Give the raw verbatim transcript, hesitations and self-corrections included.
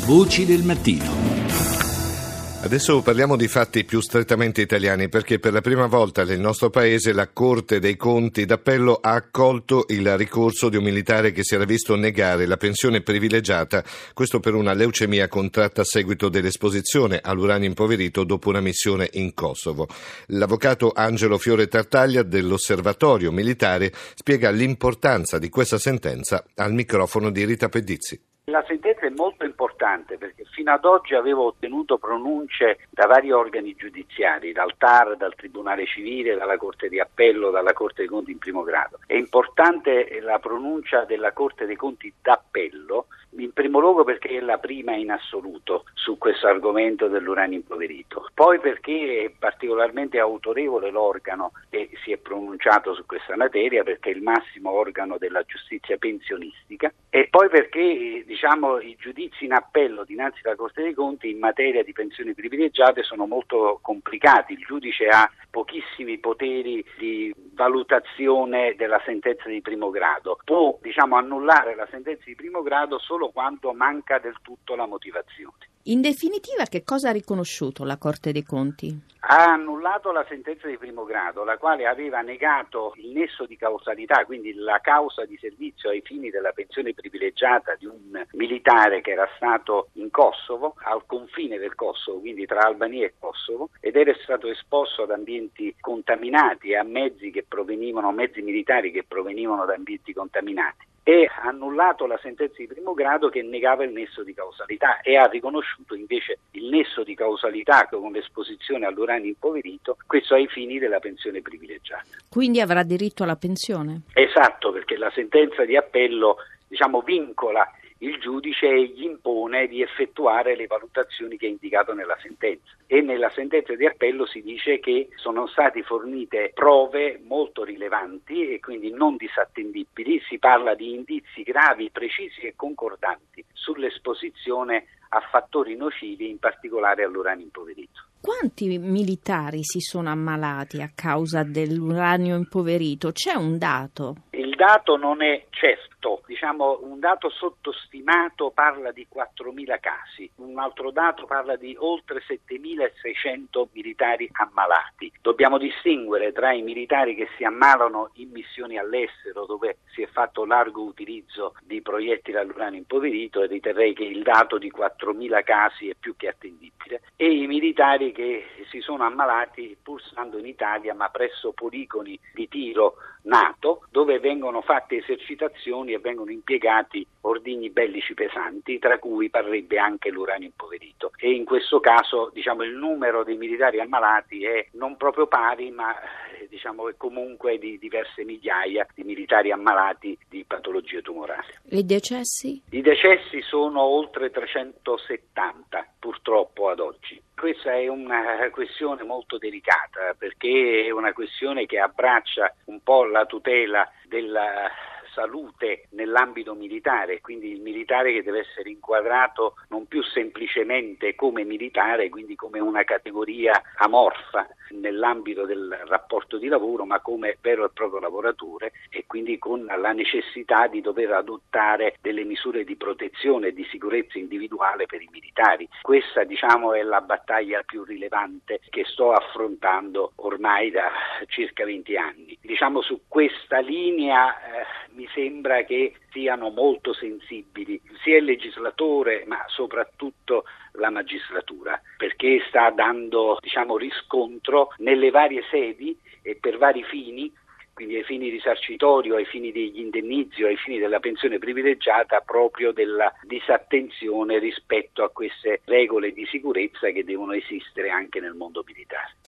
Voci del mattino. Adesso parliamo di fatti più strettamente italiani, perché per la prima volta nel nostro paese la Corte dei Conti d'Appello ha accolto il ricorso di un militare che si era visto negare la pensione privilegiata, questo per una leucemia contratta a seguito dell'esposizione all'uranio impoverito dopo una missione in Kosovo. L'avvocato Angelo Fiore Tartaglia dell'Osservatorio Militare spiega l'importanza di questa sentenza al microfono di Rita Pedizzi. La sentenza è molto importante perché fino ad oggi avevo ottenuto pronunce da vari organi giudiziari, dal T A R, dal Tribunale Civile, dalla Corte di Appello, dalla Corte dei Conti in primo grado. È importante la pronuncia della Corte dei Conti d'Appello, in primo luogo perché è la prima in assoluto su questo argomento dell'uranio impoverito, poi perché è particolarmente autorevole l'organo che si è pronunciato su questa materia, perché è il massimo organo della giustizia pensionistica, e poi perché diciamo i giudizi in appello dinanzi alla Corte dei Conti in materia di pensioni privilegiate sono molto complicati. Il giudice ha pochissimi poteri di valutazione della sentenza di primo grado, può diciamo annullare la sentenza di primo grado solo quando manca del tutto la motivazione. In definitiva, che cosa ha riconosciuto la Corte dei Conti? Ha annullato la sentenza di primo grado, la quale aveva negato il nesso di causalità, quindi la causa di servizio ai fini della pensione privilegiata di un militare che era stato in Kosovo, al confine del Kosovo, quindi tra Albania e Kosovo, ed era stato esposto ad ambienti contaminati e a mezzi che provenivano, mezzi militari che provenivano da ambienti contaminati. E ha annullato la sentenza di primo grado che negava il nesso di causalità e ha riconosciuto invece il nesso di causalità con l'esposizione all'uranio impoverito, questo ai fini della pensione privilegiata. Quindi avrà diritto alla pensione? Esatto, perché la sentenza di appello diciamo vincola il giudice e gli impone di effettuare le valutazioni che ha indicato nella sentenza. E nella sentenza di appello si dice che sono state fornite prove molto rilevanti e quindi non disattendibili. Si parla di indizi gravi, precisi e concordanti sull'esposizione a fattori nocivi, in particolare all'uranio impoverito. Quanti militari si sono ammalati a causa dell'uranio impoverito? C'è un dato? Il dato non è certo, diciamo un dato sottostimato parla di quattromila casi, un altro dato parla di oltre settemilaseicento militari ammalati. Dobbiamo distinguere tra i militari che si ammalano in missioni all'estero, dove si è fatto largo utilizzo di proiettili all'uranio impoverito, e riterrei che il dato di quattromila casi è più che attendibile, e i militari che si sono ammalati pur stando in Italia ma presso poligoni di tiro NATO, dove vengono fatte esercitazioni e vengono impiegati ordigni bellici pesanti, tra cui parrebbe anche l'uranio impoverito. E in questo caso diciamo il numero dei militari ammalati è non proprio pari, ma diciamo è comunque di diverse migliaia di militari ammalati di patologie tumorali. E i decessi? I decessi sono oltre trecentosettanta purtroppo ad oggi. Questa è una questione molto delicata, perché è una questione che abbraccia un po' la tutela della salute nell'ambito militare, quindi il militare che deve essere inquadrato non più semplicemente come militare, quindi come una categoria amorfa nell'ambito del rapporto di lavoro, ma come vero e proprio lavoratore, e quindi con la necessità di dover adottare delle misure di protezione e di sicurezza individuale per i militari. Questa diciamo è la battaglia più rilevante che sto affrontando ormai da circa venti anni. Diciamo su questa linea eh, mi sembra che siano molto sensibili sia il legislatore ma soprattutto la magistratura, perché sta dando diciamo riscontro nelle varie sedi e per vari fini, quindi ai fini risarcitorio, ai fini degli indennizzi, ai fini della pensione privilegiata, proprio della disattenzione rispetto a queste regole di sicurezza che devono esistere anche nel mondo militare.